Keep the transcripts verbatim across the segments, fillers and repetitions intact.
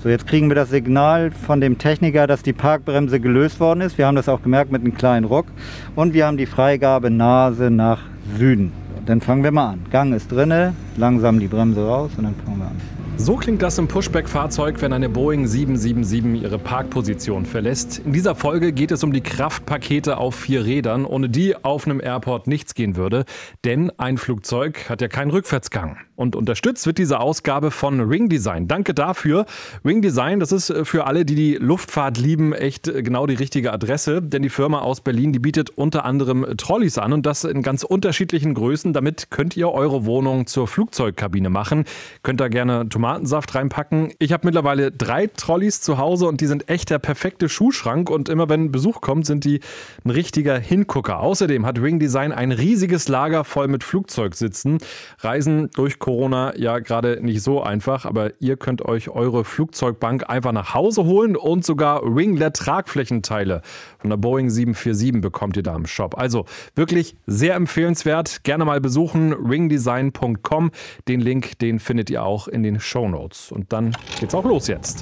So, jetzt kriegen wir das Signal von dem Techniker, dass die Parkbremse gelöst worden ist. Wir haben das auch gemerkt mit einem kleinen Ruck. Und wir haben die Freigabe Nase nach Süden. Dann fangen wir mal an. Gang ist drinne, langsam die Bremse raus und dann fangen wir an. So klingt das im Pushback-Fahrzeug, wenn eine Boeing sieben sieben sieben ihre Parkposition verlässt. In dieser Folge geht es um die Kraftpakete auf vier Rädern, ohne die auf einem Airport nichts gehen würde. Denn ein Flugzeug hat ja keinen Rückwärtsgang. Und unterstützt wird diese Ausgabe von Wing Design. Danke dafür. Wing Design, das ist für alle, die die Luftfahrt lieben, echt genau die richtige Adresse. Denn die Firma aus Berlin, die bietet unter anderem Trolleys an und das in ganz unterschiedlichen Größen. Damit könnt ihr eure Wohnung zur Flugzeugkabine machen. Könnt da gerne Tomatensaft reinpacken. Ich habe mittlerweile drei Trolleys zu Hause und die sind echt der perfekte Schuhschrank. Und immer wenn Besuch kommt, sind die ein richtiger Hingucker. Außerdem hat Wing Design ein riesiges Lager voll mit Flugzeugsitzen. Reisen durch Corona ja gerade nicht so einfach, aber ihr könnt euch eure Flugzeugbank einfach nach Hause holen und sogar Winglet-Tragflächenteile von der Boeing sieben vier sieben bekommt ihr da im Shop. Also wirklich sehr empfehlenswert. Gerne mal besuchen, wingdesign punkt com. Den Link, den findet ihr auch in den Shownotes. Und dann geht's auch los jetzt.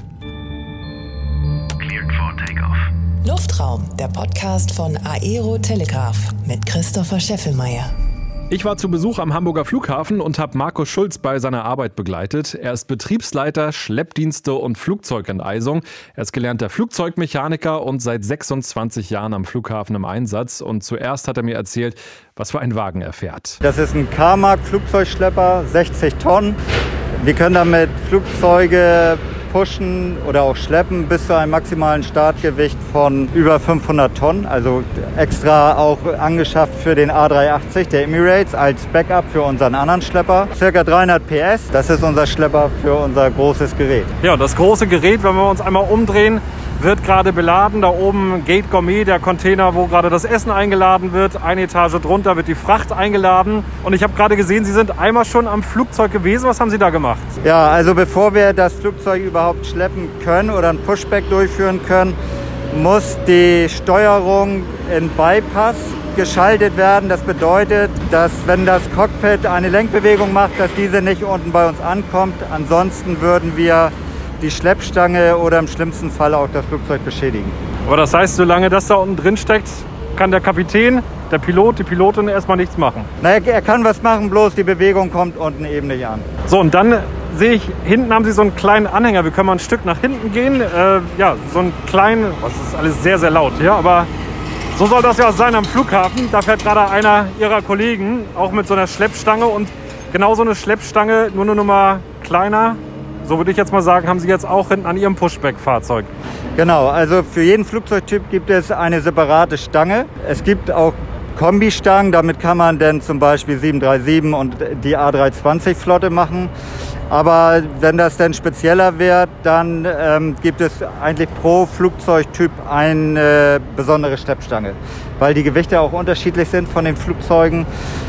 Cleared for takeoff. Luftraum, der Podcast von Aero Telegraph mit Christopher Scheffelmeier. Ich war zu Besuch am Hamburger Flughafen und habe Markus Schulz bei seiner Arbeit begleitet. Er ist Betriebsleiter Schleppdienste und Flugzeugenteisung. Er ist gelernter Flugzeugmechaniker und seit sechsundzwanzig Jahren am Flughafen im Einsatz. Und zuerst hat er mir erzählt, was für einen Wagen er fährt. Das ist ein Carmack-Flugzeugschlepper, sechzig Tonnen. Wir können damit Flugzeuge pushen oder auch schleppen bis zu einem maximalen Startgewicht von über fünfhundert Tonnen. Also extra auch angeschafft für den A drei achtzig der Emirates als Backup für unseren anderen Schlepper. Circa dreihundert P S, das ist unser Schlepper für unser großes Gerät. Ja, das große Gerät, wenn wir uns einmal umdrehen, wird gerade beladen. Da oben Gate Gourmet, der Container, wo gerade das Essen eingeladen wird. Eine Etage drunter wird die Fracht eingeladen. Und ich habe gerade gesehen, Sie sind einmal schon am Flugzeug gewesen. Was haben Sie da gemacht? Ja, also bevor wir das Flugzeug überhaupt schleppen können oder ein Pushback durchführen können, muss die Steuerung in Bypass geschaltet werden. Das bedeutet, dass wenn das Cockpit eine Lenkbewegung macht, dass diese nicht unten bei uns ankommt. Ansonsten würden wir die Schleppstange oder im schlimmsten Fall auch das Flugzeug beschädigen. Aber das heißt, solange das da unten drin steckt, kann der Kapitän, der Pilot, die Pilotin erstmal nichts machen? Na, er kann was machen, bloß die Bewegung kommt unten eben nicht an. So, und dann sehe ich, hinten haben Sie so einen kleinen Anhänger. Wir können mal ein Stück nach hinten gehen. Äh, ja, so einen kleinen, das ist alles sehr, sehr laut hier, aber so soll das ja sein am Flughafen. Da fährt gerade einer Ihrer Kollegen, auch mit so einer Schleppstange und genau so eine Schleppstange, nur eine Nummer kleiner. So würde ich jetzt mal sagen, haben Sie jetzt auch hinten an Ihrem Pushback-Fahrzeug. Genau, also für jeden Flugzeugtyp gibt es eine separate Stange. Es gibt auch Kombistangen, damit kann man dann zum Beispiel sieben drei sieben und die A drei zwanzig Flotte machen. Aber wenn das dann spezieller wird, dann ähm, gibt es eigentlich pro Flugzeugtyp eine besondere Schleppstange, weil die Gewichte auch unterschiedlich sind von den Flugzeugen.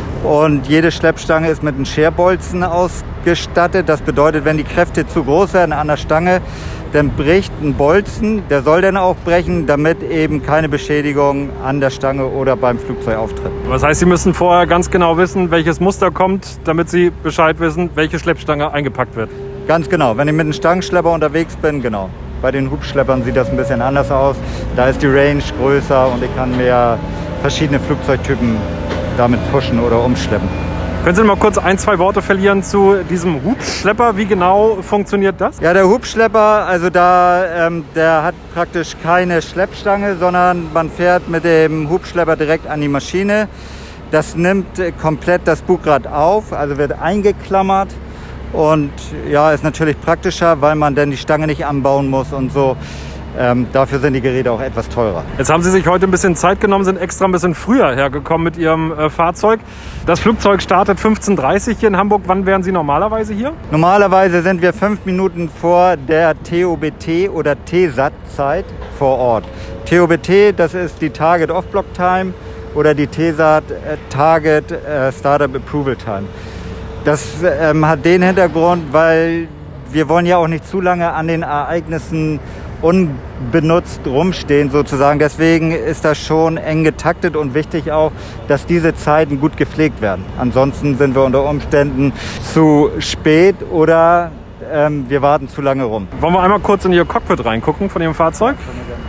Und jede Schleppstange ist mit einem Scherbolzen ausgestattet. Das bedeutet, wenn die Kräfte zu groß werden an der Stange, dann bricht ein Bolzen. Der soll dann auch brechen, damit eben keine Beschädigung an der Stange oder beim Flugzeug auftritt. Das heißt, Sie müssen vorher ganz genau wissen, welches Muster kommt, damit Sie Bescheid wissen, welche Schleppstange eingepackt wird. Ganz genau. Wenn ich mit einem Stangenschlepper unterwegs bin, genau. Bei den Hubschleppern sieht das ein bisschen anders aus. Da ist die Range größer und ich kann mehr verschiedene Flugzeugtypen damit pushen oder umschleppen. Können Sie mal kurz ein, zwei Worte verlieren zu diesem Hubschlepper? Wie genau funktioniert das? Ja, der Hubschlepper, also da, ähm, der hat praktisch keine Schleppstange, sondern man fährt mit dem Hubschlepper direkt an die Maschine. Das nimmt äh, komplett das Bugrad auf, also wird eingeklammert und ja, ist natürlich praktischer, weil man dann die Stange nicht anbauen muss und so. Ähm, dafür sind die Geräte auch etwas teurer. Jetzt haben Sie sich heute ein bisschen Zeit genommen, sind extra ein bisschen früher hergekommen mit Ihrem äh, Fahrzeug. Das Flugzeug startet fünfzehn Uhr dreißig hier in Hamburg. Wann wären Sie normalerweise hier? Normalerweise sind wir fünf Minuten vor der T O B T oder T S A T-Zeit vor Ort. T O B T, das ist die Target Off-Block Time oder die T S A T äh, Target äh, Startup Approval Time. Das ähm, hat den Hintergrund, weil wir wollen ja auch nicht zu lange an den Ereignissen unbenutzt rumstehen sozusagen. Deswegen ist das schon eng getaktet und wichtig auch, dass diese Zeiten gut gepflegt werden. Ansonsten sind wir unter Umständen zu spät oder ähm, wir warten zu lange rum. Wollen wir einmal kurz in Ihr Cockpit reingucken von Ihrem Fahrzeug?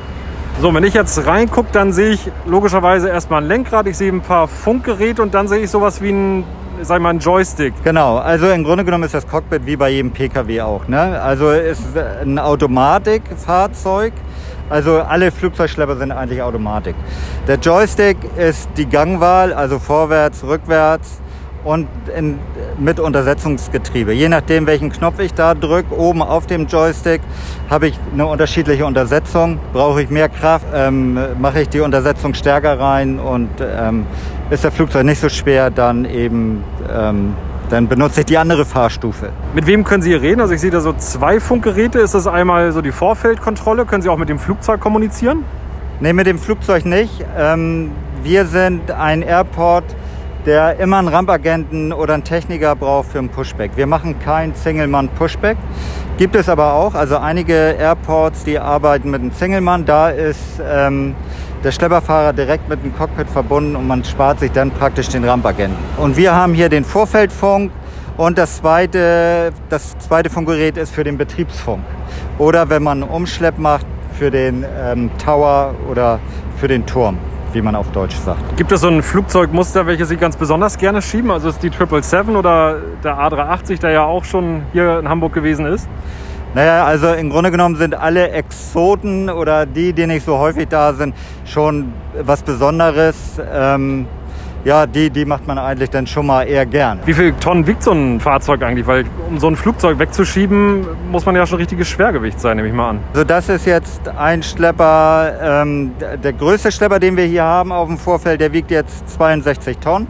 So, wenn ich jetzt reingucke, dann sehe ich logischerweise erstmal ein Lenkrad, ich sehe ein paar Funkgeräte und dann sehe ich sowas wie ein, sag ich mal, ein Joystick. Genau, also im Grunde genommen ist das Cockpit wie bei jedem Pkw auch, ne? Also es ist ein Automatikfahrzeug. Also alle Flugzeugschlepper sind eigentlich Automatik. Der Joystick ist die Gangwahl, also vorwärts, rückwärts und in, mit Untersetzungsgetriebe. Je nachdem, welchen Knopf ich da drücke, oben auf dem Joystick, habe ich eine unterschiedliche Untersetzung. Brauche ich mehr Kraft, ähm, mache ich die Untersetzung stärker rein und ähm, ist das Flugzeug nicht so schwer, dann eben ähm, dann benutze ich die andere Fahrstufe. Mit wem können Sie hier reden? Also ich sehe da so zwei Funkgeräte. Ist das einmal so die Vorfeldkontrolle? Können Sie auch mit dem Flugzeug kommunizieren? Nee, mit dem Flugzeug nicht. Ähm, wir sind ein Airport, der immer einen Rampagenten oder einen Techniker braucht für einen Pushback. Wir machen kein Single-Mann-Pushback. Gibt es aber auch. Also einige Airports, die arbeiten mit einem Single-Mann. Da ist ähm, der Schlepperfahrer direkt mit dem Cockpit verbunden und man spart sich dann praktisch den Rampagenten. Und wir haben hier den Vorfeldfunk und das zweite, das zweite Funkgerät ist für den Betriebsfunk. Oder wenn man einen Umschlepp macht, für den ähm, Tower oder für den Turm, wie man auf Deutsch sagt. Gibt es so ein Flugzeugmuster, welches Sie ganz besonders gerne schieben? Also ist die sieben sieben sieben oder der A drei achtzig, der ja auch schon hier in Hamburg gewesen ist? Naja, also im Grunde genommen sind alle Exoten oder die, die nicht so häufig da sind, schon was Besonderes. Ähm, ja, die, die macht man eigentlich dann schon mal eher gern. Wie viel Tonnen wiegt so ein Fahrzeug eigentlich? Weil um so ein Flugzeug wegzuschieben, muss man ja schon richtiges Schwergewicht sein, nehme ich mal an. Also das ist jetzt ein Schlepper, ähm, der größte Schlepper, den wir hier haben auf dem Vorfeld, der wiegt jetzt zweiundsechzig Tonnen.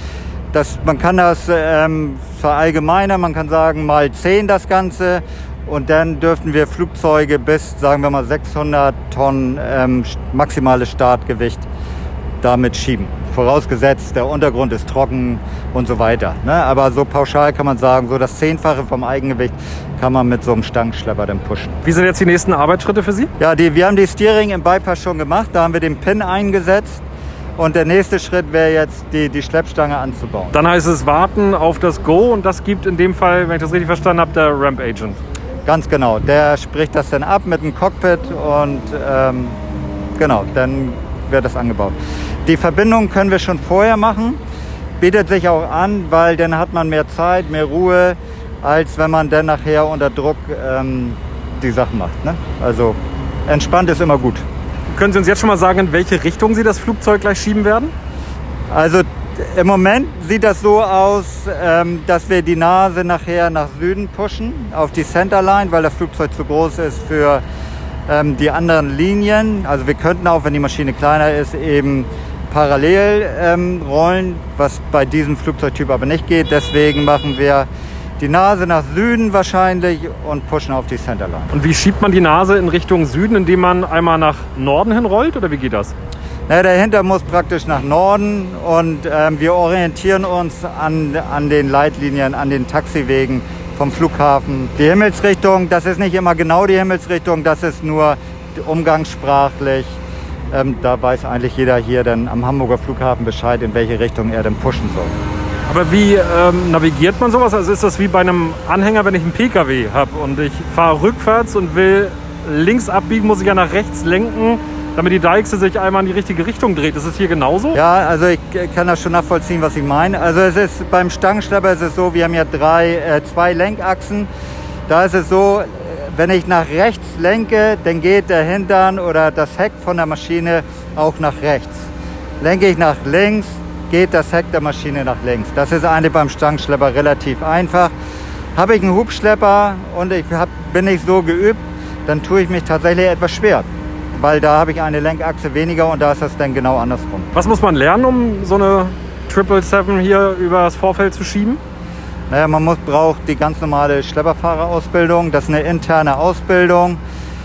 Das, man kann das ähm, verallgemeinern, man kann sagen mal zehn das Ganze. Und dann dürften wir Flugzeuge bis, sagen wir mal, sechshundert Tonnen ähm, maximales Startgewicht damit schieben. Vorausgesetzt, der Untergrund ist trocken und so weiter. Ne? Aber so pauschal kann man sagen, so das Zehnfache vom Eigengewicht kann man mit so einem Stangenschlepper dann pushen. Wie sind jetzt die nächsten Arbeitsschritte für Sie? Ja, die, wir haben die Steering im Bypass schon gemacht. Da haben wir den Pin eingesetzt. Und der nächste Schritt wäre jetzt, die, die Schleppstange anzubauen. Dann heißt es warten auf das Go. Und das gibt in dem Fall, wenn ich das richtig verstanden habe, der Ramp Agent. Ganz genau, der spricht das dann ab mit dem Cockpit und ähm, genau, dann wird das angebaut. Die Verbindung können wir schon vorher machen, bietet sich auch an, weil dann hat man mehr Zeit, mehr Ruhe, als wenn man dann nachher unter Druck ähm, die Sachen macht. Ne? Also entspannt ist immer gut. Können Sie uns jetzt schon mal sagen, in welche Richtung Sie das Flugzeug gleich schieben werden? Also im Moment sieht das so aus, ähm, dass wir die Nase nachher nach Süden pushen, auf die Centerline, weil das Flugzeug zu groß ist für ähm, die anderen Linien. Also wir könnten auch, wenn die Maschine kleiner ist, eben parallel ähm, rollen, was bei diesem Flugzeugtyp aber nicht geht. Deswegen machen wir die Nase nach Süden wahrscheinlich und pushen auf die Centerline. Und wie schiebt man die Nase in Richtung Süden, indem man einmal nach Norden hin rollt, oder wie geht das? Na, der Hinter muss praktisch nach Norden und ähm, wir orientieren uns an, an den Leitlinien, an den Taxiwegen vom Flughafen. Die Himmelsrichtung, das ist nicht immer genau die Himmelsrichtung, das ist nur umgangssprachlich. Ähm, da weiß eigentlich jeder hier dann am Hamburger Flughafen Bescheid, in welche Richtung er denn pushen soll. Aber wie ähm, navigiert man sowas? Also ist das wie bei einem Anhänger, wenn ich einen Pkw habe und ich fahre rückwärts und will links abbiegen, muss ich ja nach rechts lenken, damit die Deichse sich einmal in die richtige Richtung dreht. Ist es hier genauso? Ja, also ich kann das schon nachvollziehen, was Sie meinen. Also es ist beim Stangenschlepper ist es so, wir haben ja drei, äh, zwei Lenkachsen. Da ist es so, wenn ich nach rechts lenke, dann geht der Hintern oder das Heck von der Maschine auch nach rechts. Lenke ich nach links, geht das Heck der Maschine nach links. Das ist eigentlich beim Stangenschlepper relativ einfach. Habe ich einen Hubschlepper und ich hab, bin nicht so geübt, dann tue ich mich tatsächlich etwas schwer. Weil da habe ich eine Lenkachse weniger und da ist das dann genau andersrum. Was muss man lernen, um so eine sieben sieben sieben hier über das Vorfeld zu schieben? Naja, man muss, braucht die ganz normale Schlepperfahrerausbildung. Das ist eine interne Ausbildung.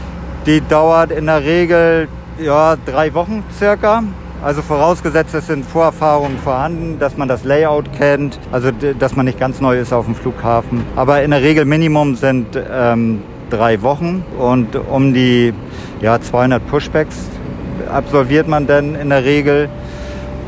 Die dauert in der Regel ja, drei Wochen circa. Also vorausgesetzt, es sind Vorerfahrungen vorhanden, dass man das Layout kennt, also dass man nicht ganz neu ist auf dem Flughafen. Aber in der Regel Minimum sind ähm, drei Wochen und um die ja, zweihundert Pushbacks absolviert man dann in der Regel.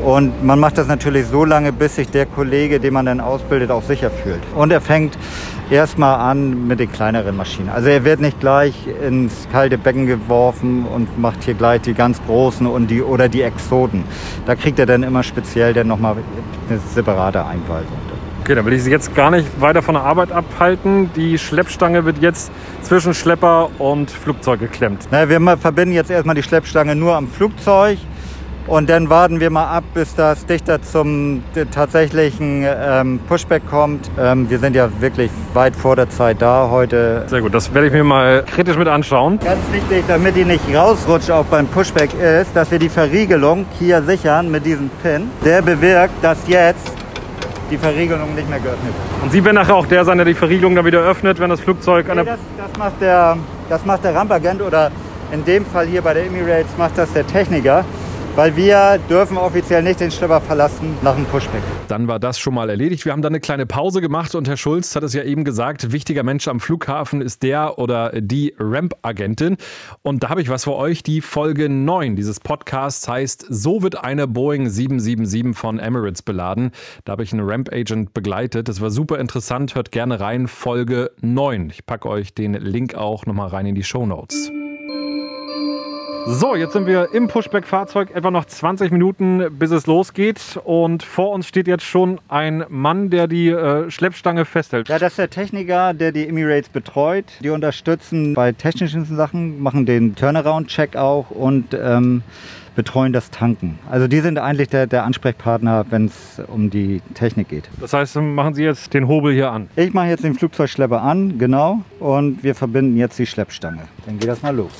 Und man macht das natürlich so lange, bis sich der Kollege, den man dann ausbildet, auch sicher fühlt. Und er fängt erstmal an mit den kleineren Maschinen. Also er wird nicht gleich ins kalte Becken geworfen und macht hier gleich die ganz großen und die, oder die Exoten. Da kriegt er dann immer speziell dann nochmal eine separate Einweisung. Okay, dann will ich Sie jetzt gar nicht weiter von der Arbeit abhalten. Die Schleppstange wird jetzt zwischen Schlepper und Flugzeug geklemmt. Na, wir verbinden jetzt erstmal die Schleppstange nur am Flugzeug. Und dann warten wir mal ab, bis das dichter zum tatsächlichen ähm, Pushback kommt. Ähm, wir sind ja wirklich weit vor der Zeit da heute. Sehr gut, das werde ich mir mal kritisch mit anschauen. Ganz wichtig, damit die nicht rausrutscht auch beim Pushback ist, dass wir die Verriegelung hier sichern mit diesem Pin. Der bewirkt, dass jetzt die Verriegelung nicht mehr geöffnet wird. Und Sie werden nachher auch der sein, der die Verriegelung dann wieder öffnet, wenn das Flugzeug... Nee, das, das, macht der, das macht der Rampagent oder in dem Fall hier bei der Emirates macht das der Techniker. Weil wir dürfen offiziell nicht den Schlepper verlassen nach dem Pushback. Dann war das schon mal erledigt. Wir haben dann eine kleine Pause gemacht und Herr Schulz hat es ja eben gesagt, wichtiger Mensch am Flughafen ist der oder die Ramp-Agentin. Und da habe ich was für euch. Die Folge neun dieses Podcasts heißt, so wird eine Boeing sieben sieben sieben von Emirates beladen. Da habe ich einen Ramp-Agent begleitet. Das war super interessant. Hört gerne rein. Folge neun. Ich packe euch den Link auch nochmal rein in die Shownotes. So, jetzt sind wir im Pushback-Fahrzeug, etwa noch zwanzig Minuten, bis es losgeht. Und vor uns steht jetzt schon ein Mann, der die äh, Schleppstange festhält. Ja, das ist der Techniker, der die Emirates betreut. Die unterstützen bei technischen Sachen, machen den Turnaround-Check auch und ähm, betreuen das Tanken. Also die sind eigentlich der, der Ansprechpartner, wenn es um die Technik geht. Das heißt, machen Sie jetzt den Hobel hier an? Ich mache jetzt den Flugzeugschlepper an, genau. Und wir verbinden jetzt die Schleppstange. Dann geht das mal los.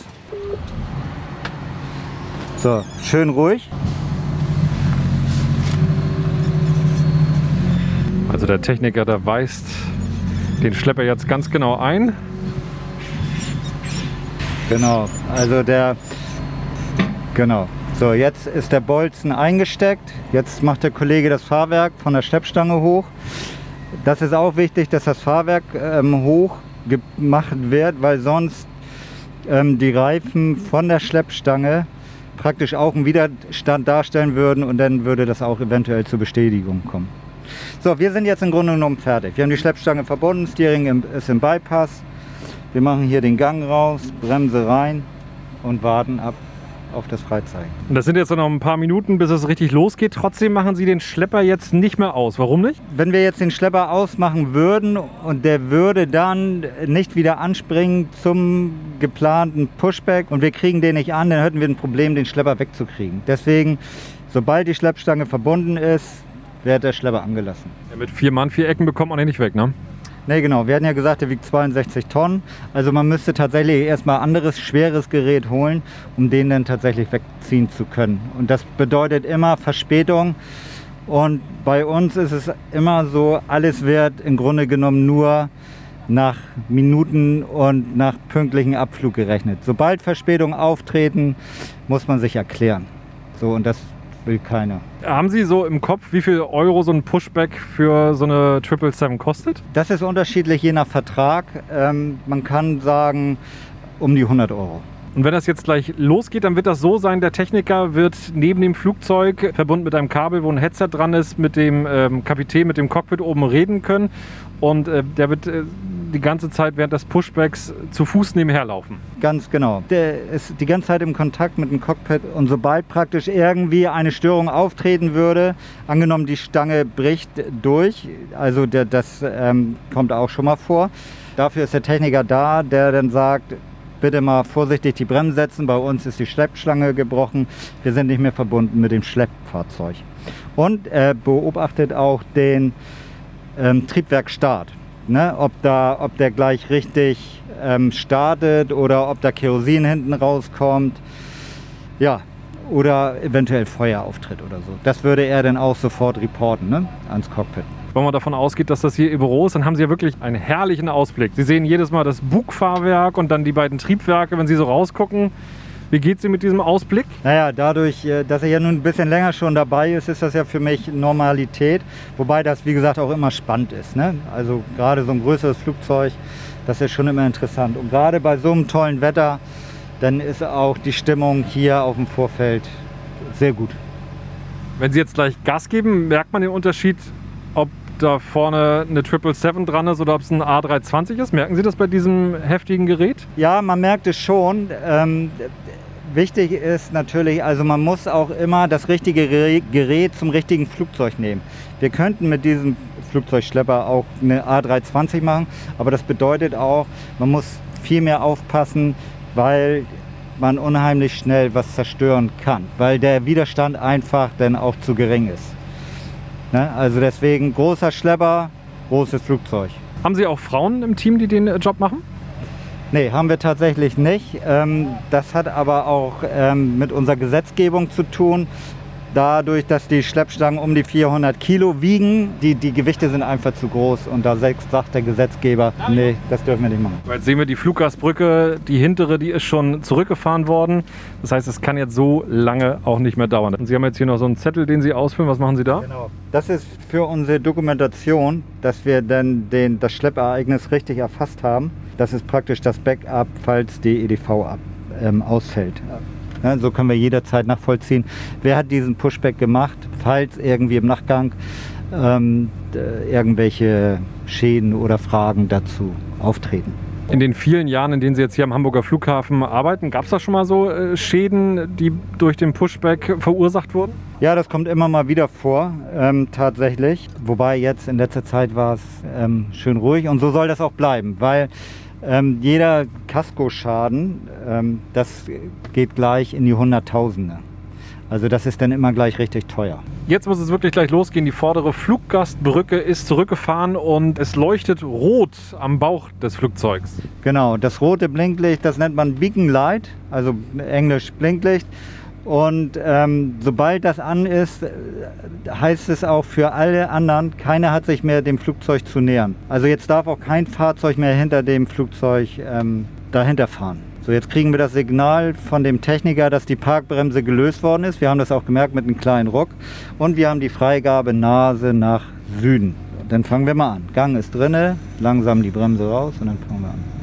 So, schön ruhig. Also der Techniker, der weist den Schlepper jetzt ganz genau ein. Genau, also der, genau. So, jetzt ist der Bolzen eingesteckt. Jetzt macht der Kollege das Fahrwerk von der Schleppstange hoch. Das ist auch wichtig, dass das Fahrwerk ähm, hoch gemacht wird, weil sonst ähm, die Reifen von der Schleppstange praktisch auch einen Widerstand darstellen würden und dann würde das auch eventuell zur Bestätigung kommen. So, wir sind jetzt im Grunde genommen fertig. Wir haben die Schleppstange verbunden, Steering ist im Bypass. Wir machen hier den Gang raus, Bremse rein und warten ab auf das Freizeigen. Und das sind jetzt noch ein paar Minuten, bis es richtig losgeht. Trotzdem machen Sie den Schlepper jetzt nicht mehr aus. Warum nicht? Wenn wir jetzt den Schlepper ausmachen würden und der würde dann nicht wieder anspringen zum geplanten Pushback und wir kriegen den nicht an, dann hätten wir ein Problem, den Schlepper wegzukriegen. Deswegen, sobald die Schleppstange verbunden ist, wird der Schlepper angelassen. Ja, mit vier Mann, vier Ecken bekommt man den nicht weg, ne? Ne, genau. Wir hatten ja gesagt, der wiegt zweiundsechzig Tonnen. Also man müsste tatsächlich erstmal anderes, schweres Gerät holen, um den dann tatsächlich wegziehen zu können. Und das bedeutet immer Verspätung. Und bei uns ist es immer so, alles wird im Grunde genommen nur nach Minuten und nach pünktlichen Abflug gerechnet. Sobald Verspätungen auftreten, muss man sich erklären. So, und das will keiner. Haben Sie so im Kopf, wie viel Euro so ein Pushback für so eine sieben sieben sieben kostet? Das ist unterschiedlich je nach Vertrag. Ähm, man kann sagen, um die hundert Euro. Und wenn das jetzt gleich losgeht, dann wird das so sein, der Techniker wird neben dem Flugzeug verbunden mit einem Kabel, wo ein Headset dran ist, mit dem ähm, Kapitän, mit dem Cockpit oben reden können. Und äh, der wird äh, die ganze Zeit während des Pushbacks zu Fuß nebenher laufen. Ganz genau. Der ist die ganze Zeit im Kontakt mit dem Cockpit und sobald praktisch irgendwie eine Störung auftreten würde, angenommen die Stange bricht durch, also der, das ähm, kommt auch schon mal vor, dafür ist der Techniker da, der dann sagt, bitte mal vorsichtig die Bremse setzen, bei uns ist die Schleppstange gebrochen, wir sind nicht mehr verbunden mit dem Schleppfahrzeug. Und er beobachtet auch den ähm, Triebwerkstart. Ne, ob, da, ob der gleich richtig ähm, startet oder ob da Kerosin hinten rauskommt. Ja, oder eventuell Feuer auftritt oder so. Das würde er dann auch sofort reporten, ne, ans Cockpit. Wenn man davon ausgeht, dass das hier Ihr Büro ist, dann haben Sie ja wirklich einen herrlichen Ausblick. Sie sehen jedes Mal das Bugfahrwerk und dann die beiden Triebwerke, wenn Sie so rausgucken. Wie geht es Ihnen mit diesem Ausblick? Naja, dadurch, dass er ja nun ein bisschen länger schon dabei ist, ist das ja für mich Normalität. Wobei das, wie gesagt, auch immer spannend ist. Ne? Also gerade so ein größeres Flugzeug, das ist schon immer interessant. Und gerade bei so einem tollen Wetter, dann ist auch die Stimmung hier auf dem Vorfeld sehr gut. Wenn Sie jetzt gleich Gas geben, merkt man den Unterschied, ob da vorne eine sieben sieben sieben dran ist oder ob es ein A drei zwanzig ist? Merken Sie das bei diesem heftigen Gerät? Ja, man merkt es schon. Ähm, wichtig ist natürlich, also man muss auch immer das richtige Gerät zum richtigen Flugzeug nehmen. Wir könnten mit diesem Flugzeugschlepper auch eine A drei zwanzig machen, aber das bedeutet auch, man muss viel mehr aufpassen, weil man unheimlich schnell was zerstören kann, weil der Widerstand einfach dann auch zu gering ist. Ne? Also deswegen großer Schlepper, großes Flugzeug. Haben Sie auch Frauen im Team, die den Job machen? Nee, haben wir tatsächlich nicht. Ähm, das hat aber auch ähm, mit unserer Gesetzgebung zu tun. Dadurch, dass die Schleppstangen um die vierhundert Kilo wiegen, die, die Gewichte sind einfach zu groß. Und da sagt der Gesetzgeber, nee, das dürfen wir nicht machen. Jetzt sehen wir die Fluggastbrücke, die hintere, die ist schon zurückgefahren worden. Das heißt, es kann jetzt so lange auch nicht mehr dauern. Und Sie haben jetzt hier noch so einen Zettel, den Sie ausfüllen. Was machen Sie da? Genau. Das ist für unsere Dokumentation, dass wir dann den, das Schleppereignis richtig erfasst haben. Das ist praktisch das Backup, falls die E D V ab, ähm, ausfällt. Ja, so können wir jederzeit nachvollziehen, wer hat diesen Pushback gemacht, falls irgendwie im Nachgang ähm, irgendwelche Schäden oder Fragen dazu auftreten. In den vielen Jahren, in denen Sie jetzt hier am Hamburger Flughafen arbeiten, gab es da schon mal so äh, Schäden, die durch den Pushback verursacht wurden? Ja, das kommt immer mal wieder vor, ähm, tatsächlich. Wobei jetzt in letzter Zeit war es ähm, schön ruhig und so soll das auch bleiben, weil Ähm, jeder Kaskoschaden, ähm, das geht gleich in die Hunderttausende. Also das ist dann immer gleich richtig teuer. Jetzt muss es wirklich gleich losgehen. Die vordere Fluggastbrücke ist zurückgefahren und es leuchtet rot am Bauch des Flugzeugs. Genau, das rote Blinklicht, das nennt man Beacon Light, also englisch Blinklicht. Und ähm, sobald das an ist, heißt es auch für alle anderen, keiner hat sich mehr dem Flugzeug zu nähern. Also jetzt darf auch kein Fahrzeug mehr hinter dem Flugzeug ähm, dahinter fahren. So, jetzt kriegen wir das Signal von dem Techniker, dass die Parkbremse gelöst worden ist. Wir haben das auch gemerkt mit einem kleinen Ruck. Und wir haben die Freigabe Nase nach Süden. Dann fangen wir mal an. Gang ist drinne, langsam die Bremse raus und dann fangen wir an.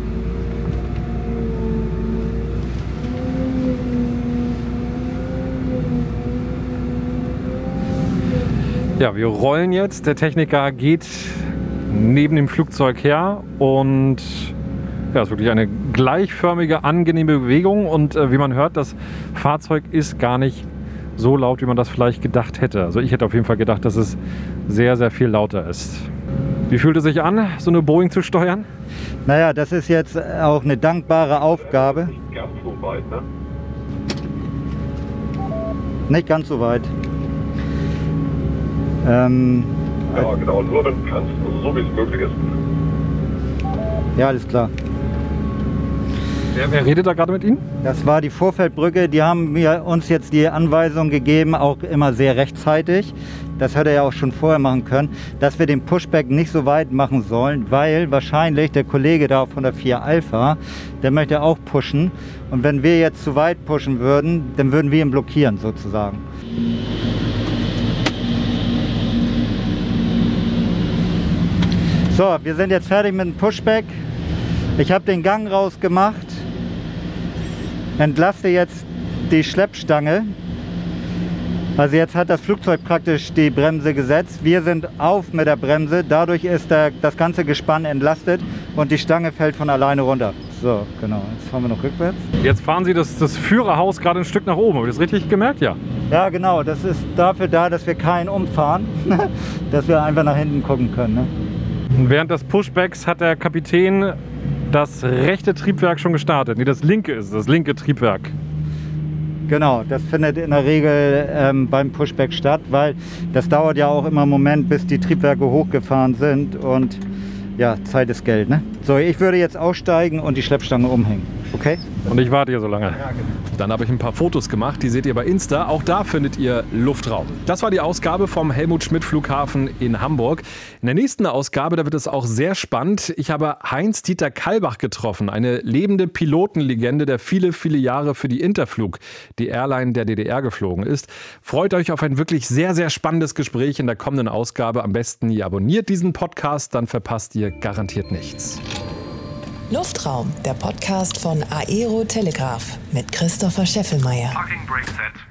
Ja, wir rollen jetzt. Der Techniker geht neben dem Flugzeug her und ja, es ist wirklich eine gleichförmige, angenehme Bewegung und äh, wie man hört, das Fahrzeug ist gar nicht so laut, wie man das vielleicht gedacht hätte. Also ich hätte auf jeden Fall gedacht, dass es sehr, sehr viel lauter ist. Wie fühlt es sich an, so eine Boeing zu steuern? Naja, das ist jetzt auch eine dankbare Aufgabe. Nicht ganz so weit, ne? Nicht ganz so weit. Ähm, Ja, genau, nur wenn du kannst, also so wie es möglich ist. ja, alles klar. Wer, wer redet da gerade mit Ihnen? Das war die Vorfeldbrücke. Die haben mir uns jetzt die Anweisung gegeben, auch immer sehr rechtzeitig. Das hätte er ja auch schon vorher machen können, dass wir den Pushback nicht so weit machen sollen, weil wahrscheinlich der Kollege da von der vier Alpha, der möchte auch pushen. Und wenn wir jetzt zu weit pushen würden, dann würden wir ihn blockieren sozusagen. So, wir sind jetzt fertig mit dem Pushback. Ich habe den Gang rausgemacht, entlaste jetzt die Schleppstange. Also jetzt hat das Flugzeug praktisch die Bremse gesetzt. Wir sind auf mit der Bremse, dadurch ist der, das ganze Gespann entlastet und die Stange fällt von alleine runter. So, genau. Jetzt fahren wir noch rückwärts. Jetzt fahren Sie das, das Führerhaus gerade ein Stück nach oben. Habe ich das richtig gemerkt? Ja. Ja, genau. Das ist dafür da, dass wir keinen umfahren, dass wir einfach nach hinten gucken können. Ne? Während des Pushbacks hat der Kapitän das rechte Triebwerk schon gestartet. Nee, das linke ist es, das linke Triebwerk. Genau, das findet in der Regel ähm, beim Pushback statt, weil das dauert ja auch immer einen Moment, bis die Triebwerke hochgefahren sind und ja, Zeit ist Geld, ne? So, ich würde jetzt aussteigen und die Schleppstange umhängen, okay? Und ich warte hier so lange. Ja, genau. Dann habe ich ein paar Fotos gemacht, die seht ihr bei Insta. Auch da findet ihr Luftraum. Das war die Ausgabe vom Helmut Schmidt Flughafen in Hamburg. In der nächsten Ausgabe, da wird es auch sehr spannend. Ich habe Heinz-Dieter Kalbach getroffen, eine lebende Pilotenlegende, der viele, viele Jahre für die Interflug, die Airline der D D R, geflogen ist. Freut euch auf ein wirklich sehr, sehr spannendes Gespräch in der kommenden Ausgabe. Am besten ihr abonniert diesen Podcast, dann verpasst ihr garantiert nichts. Luftraum, der Podcast von Aero Telegraph mit Christopher Scheffelmeier. Parking Brake Set.